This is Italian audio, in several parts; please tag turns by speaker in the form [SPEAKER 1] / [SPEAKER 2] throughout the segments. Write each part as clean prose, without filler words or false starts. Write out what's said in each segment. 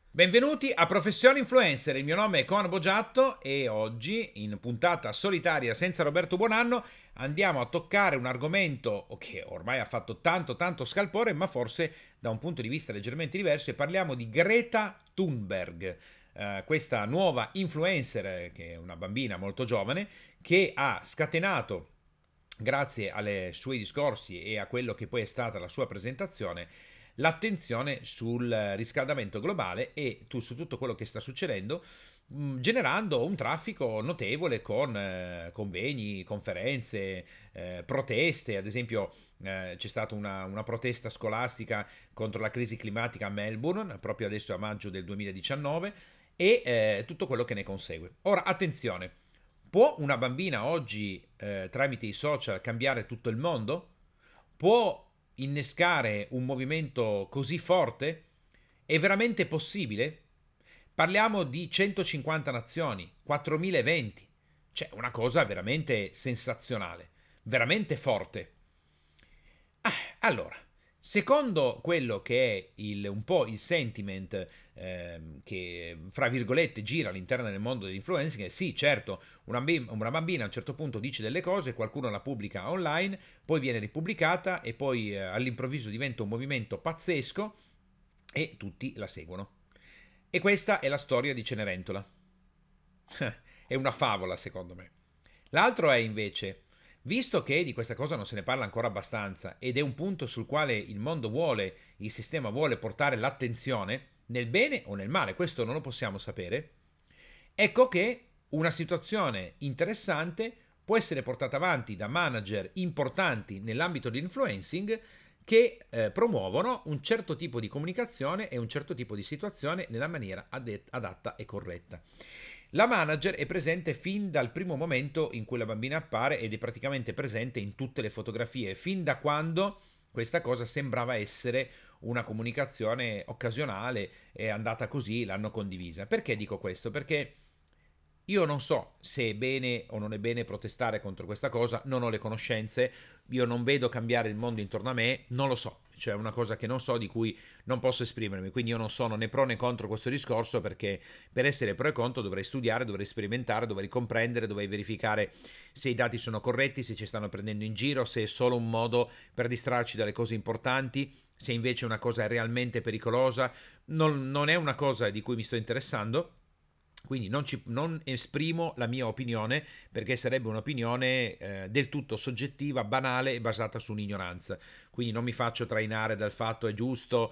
[SPEAKER 1] Benvenuti a Professione Influencer, il mio nome è Coan Bogiatto e oggi, in puntata solitaria senza Roberto Buonanno, andiamo a toccare un argomento che ormai ha fatto tanto scalpore, ma forse da un punto di vista leggermente diverso, e parliamo di Greta Thunberg, questa nuova influencer, che è una bambina molto giovane, che ha scatenato, grazie ai suoi discorsi e a quello che poi è stata la sua presentazione, l'attenzione sul riscaldamento globale e su tutto quello che sta succedendo, generando un traffico notevole con convegni, conferenze, proteste. Ad esempio, c'è stata una protesta scolastica contro la crisi climatica a Melbourne, proprio adesso a maggio del 2019, e tutto quello che ne consegue. Ora, attenzione, può una bambina oggi, tramite i social, cambiare tutto il mondo? Può innescare un movimento così forte? È veramente possibile? Parliamo di 150 nazioni, 4000 eventi, cioè una cosa veramente sensazionale, veramente forte. Allora, secondo quello che è un po' il sentiment che, fra virgolette, gira all'interno del mondo dell'influencing, è sì, certo, una bambina a un certo punto dice delle cose, qualcuno la pubblica online, poi viene ripubblicata e poi all'improvviso diventa un movimento pazzesco e tutti la seguono. E questa è la storia di Cenerentola. È una favola, secondo me. L'altro è invece, visto che di questa cosa non se ne parla ancora abbastanza ed è un punto sul quale il mondo vuole, il sistema vuole portare l'attenzione, nel bene o nel male, questo non lo possiamo sapere, ecco che una situazione interessante può essere portata avanti da manager importanti nell'ambito dell'influencing che promuovono un certo tipo di comunicazione e un certo tipo di situazione nella maniera adatta e corretta. La manager è presente fin dal primo momento in cui la bambina appare ed è praticamente presente in tutte le fotografie, fin da quando questa cosa sembrava essere una comunicazione occasionale, è andata così, l'hanno condivisa. Perché dico questo? Perché io non so se è bene o non è bene protestare contro questa cosa, non ho le conoscenze, io non vedo cambiare il mondo intorno a me, non lo so, cioè è una cosa che non so, di cui non posso esprimermi, quindi io non sono né pro né contro questo discorso, perché per essere pro e contro dovrei studiare, dovrei sperimentare, dovrei comprendere, dovrei verificare se i dati sono corretti, se ci stanno prendendo in giro, se è solo un modo per distrarci dalle cose importanti, se invece una cosa è realmente pericolosa. Non è una cosa di cui mi sto interessando, quindi non esprimo la mia opinione, perché sarebbe un'opinione del tutto soggettiva, banale e basata su un'ignoranza. Quindi non mi faccio trainare dal fatto è giusto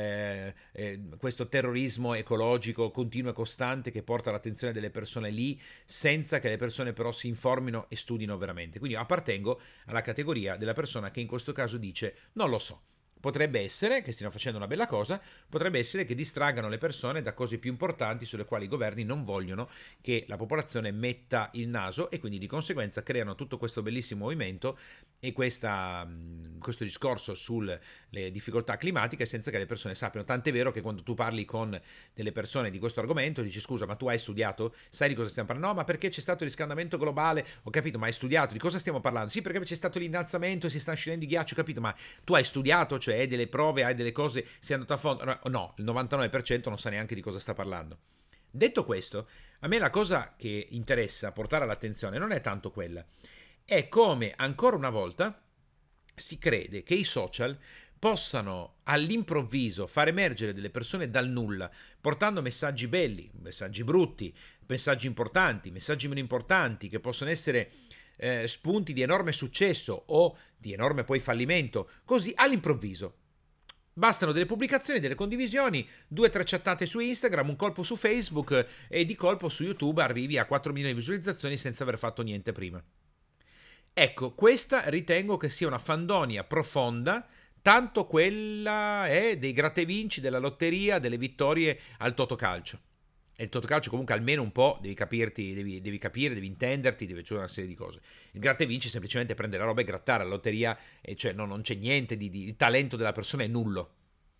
[SPEAKER 1] questo terrorismo ecologico continuo e costante che porta l'attenzione delle persone lì, senza che le persone però si informino e studino veramente. Quindi appartengo alla categoria della persona che in questo caso dice non lo so. Potrebbe essere che stiano facendo una bella cosa, potrebbe essere che distraggano le persone da cose più importanti sulle quali i governi non vogliono che la popolazione metta il naso, e quindi di conseguenza creano tutto questo bellissimo movimento e questo discorso sulle difficoltà climatiche senza che le persone sappiano. Tant'è vero che quando tu parli con delle persone di questo argomento dici scusa, ma tu hai studiato? Sai di cosa stiamo parlando? No, ma perché c'è stato il riscaldamento globale? Ho capito, ma hai studiato? Di cosa stiamo parlando? Sì, perché c'è stato l'innalzamento e si sta scendendo di ghiaccio, ho capito, ma tu hai studiato, cioè hai delle prove, hai delle cose, sei andato a fondo? No, il 99% non sa neanche di cosa sta parlando. Detto questo, a me la cosa che interessa portare all'attenzione non è tanto quella, è come ancora una volta si crede che i social possano all'improvviso far emergere delle persone dal nulla, portando messaggi belli, messaggi brutti, messaggi importanti, messaggi meno importanti, che possono essere spunti di enorme successo o di enorme poi fallimento, così all'improvviso. Bastano delle pubblicazioni, delle condivisioni, 2 o 3 chattate su Instagram, un colpo su Facebook e di colpo su YouTube arrivi a 4 milioni di visualizzazioni senza aver fatto niente prima. Ecco, questa ritengo che sia una fandonia profonda, tanto quella è dei gratta e vinci, della lotteria, delle vittorie al Totocalcio. E il Totocalcio comunque almeno un po' devi capirti, devi capire, devi intenderti, devi fare una serie di cose. Il gratta e vinci è semplicemente prendere la roba e grattare. La lotteria, e cioè non c'è niente il talento della persona è nullo.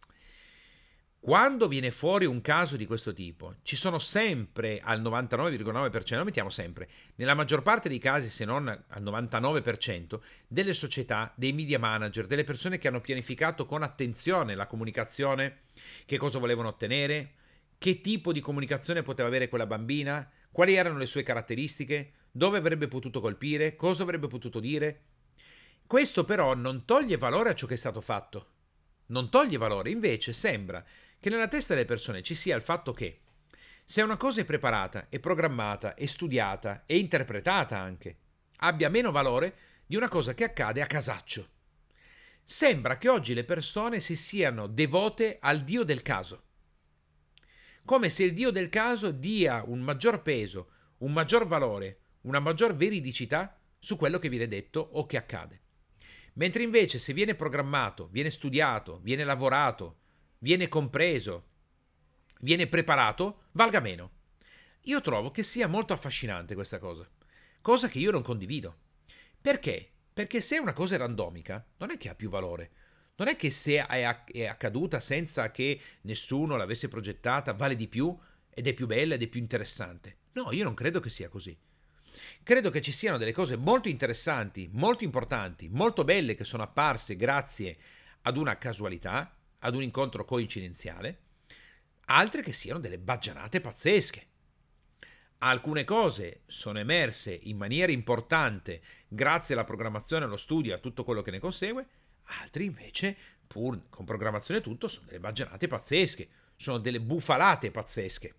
[SPEAKER 1] Quando viene fuori un caso di questo tipo, ci sono sempre al 99,9%, non mettiamo sempre, nella maggior parte dei casi, se non al 99%, delle società, dei media manager, delle persone che hanno pianificato con attenzione la comunicazione, che cosa volevano ottenere, che tipo di comunicazione poteva avere quella bambina, quali erano le sue caratteristiche, dove avrebbe potuto colpire, cosa avrebbe potuto dire. Questo però non toglie valore a ciò che è stato fatto. Non toglie valore, invece sembra che nella testa delle persone ci sia il fatto che se una cosa è preparata, è programmata, è studiata, è interpretata anche, abbia meno valore di una cosa che accade a casaccio. Sembra che oggi le persone si siano devote al dio del caso, come se il dio del caso dia un maggior peso, un maggior valore, una maggior veridicità su quello che viene detto o che accade. Mentre invece se viene programmato, viene studiato, viene lavorato, viene compreso, viene preparato, valga meno. Io trovo che sia molto affascinante questa cosa che io non condivido. Perché? Perché se una cosa è randomica, non è che ha più valore. Non è che se è accaduta senza che nessuno l'avesse progettata vale di più ed è più bella ed è più interessante. No, io non credo che sia così. Credo che ci siano delle cose molto interessanti, molto importanti, molto belle che sono apparse grazie ad una casualità, ad un incontro coincidenziale, altre che siano delle baggianate pazzesche. Alcune cose sono emerse in maniera importante grazie alla programmazione, allo studio e a tutto quello che ne consegue, altri invece, pur con programmazione e tutto, sono delle baggianate pazzesche, sono delle bufalate pazzesche.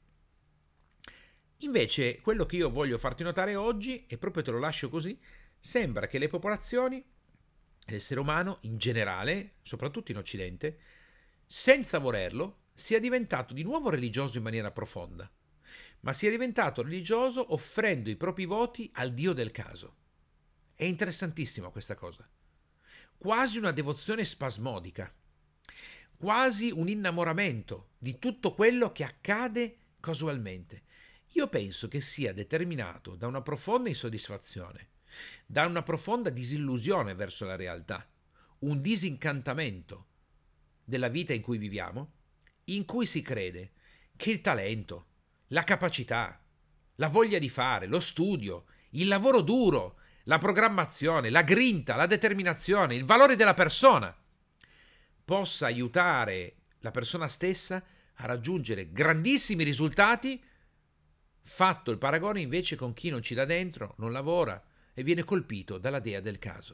[SPEAKER 1] Invece, quello che io voglio farti notare oggi, e proprio te lo lascio così, sembra che le popolazioni, l'essere umano in generale, soprattutto in Occidente, senza volerlo, sia diventato di nuovo religioso in maniera profonda, ma sia diventato religioso offrendo i propri voti al Dio del caso. È interessantissima questa cosa. Quasi una devozione spasmodica, quasi un innamoramento di tutto quello che accade casualmente. Io penso che sia determinato da una profonda insoddisfazione, da una profonda disillusione verso la realtà, un disincantamento della vita in cui viviamo, in cui si crede che il talento, la capacità, la voglia di fare, lo studio, il lavoro duro, la programmazione, la grinta, la determinazione, il valore della persona possa aiutare la persona stessa a raggiungere grandissimi risultati, fatto il paragone invece con chi non ci dà dentro, non lavora e viene colpito dalla dea del caso.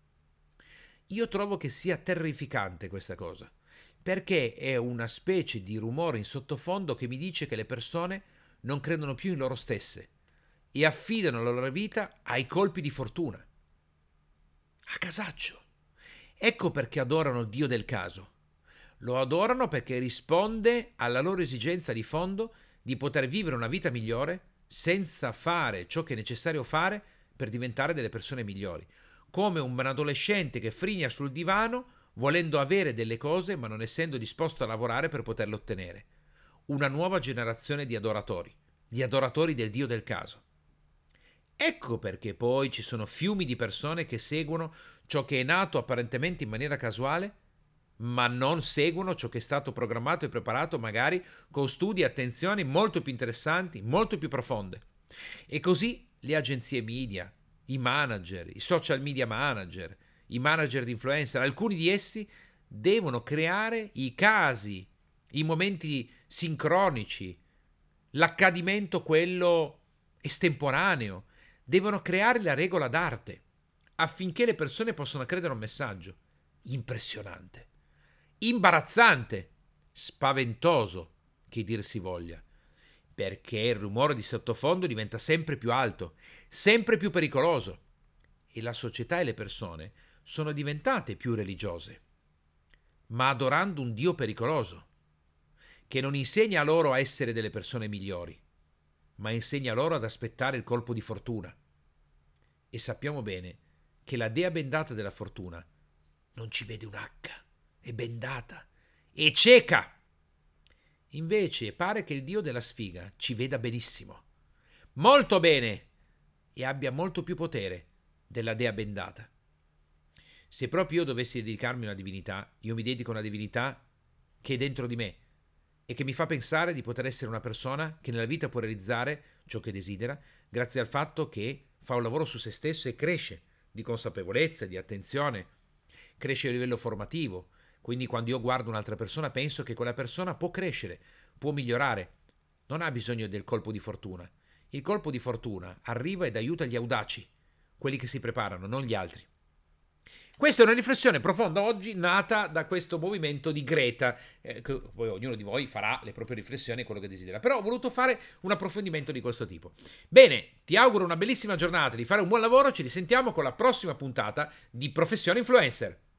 [SPEAKER 1] Io trovo che sia terrificante questa cosa, perché è una specie di rumore in sottofondo che mi dice che le persone non credono più in loro stesse e affidano la loro vita ai colpi di fortuna. A casaccio. Ecco perché adorano il Dio del caso. Lo adorano perché risponde alla loro esigenza di fondo di poter vivere una vita migliore senza fare ciò che è necessario fare per diventare delle persone migliori. Come un adolescente che frigna sul divano volendo avere delle cose ma non essendo disposto a lavorare per poterle ottenere. Una nuova generazione di adoratori del Dio del caso. Ecco perché poi ci sono fiumi di persone che seguono ciò che è nato apparentemente in maniera casuale, ma non seguono ciò che è stato programmato e preparato magari con studi e attenzioni molto più interessanti, molto più profonde. E così le agenzie media, i manager, i social media manager, i manager di influencer, alcuni di essi devono creare i casi, i momenti sincronici, l'accadimento quello estemporaneo, devono creare la regola d'arte affinché le persone possano credere a un messaggio. Impressionante, imbarazzante, spaventoso, che dir si voglia, perché il rumore di sottofondo diventa sempre più alto, sempre più pericoloso e la società e le persone sono diventate più religiose, ma adorando un Dio pericoloso, che non insegna loro a essere delle persone migliori, ma insegna loro ad aspettare il colpo di fortuna. E sappiamo bene che la dea bendata della fortuna non ci vede un H, è bendata, è cieca. Invece pare che il dio della sfiga ci veda benissimo, molto bene, e abbia molto più potere della dea bendata. Se proprio io dovessi dedicarmi a una divinità, io mi dedico a una divinità che è dentro di me e che mi fa pensare di poter essere una persona che nella vita può realizzare ciò che desidera grazie al fatto che fa un lavoro su se stesso e cresce di consapevolezza, di attenzione, cresce a livello formativo. Quindi quando io guardo un'altra persona penso che quella persona può crescere, può migliorare, non ha bisogno del colpo di fortuna. Il colpo di fortuna arriva ed aiuta gli audaci, quelli che si preparano, non gli altri. Questa è una riflessione profonda oggi nata da questo movimento di Greta, che poi ognuno di voi farà le proprie riflessioni e quello che desidera, però ho voluto fare un approfondimento di questo tipo. Bene, ti auguro una bellissima giornata, di fare un buon lavoro, ci risentiamo con la prossima puntata di Professione Influencer.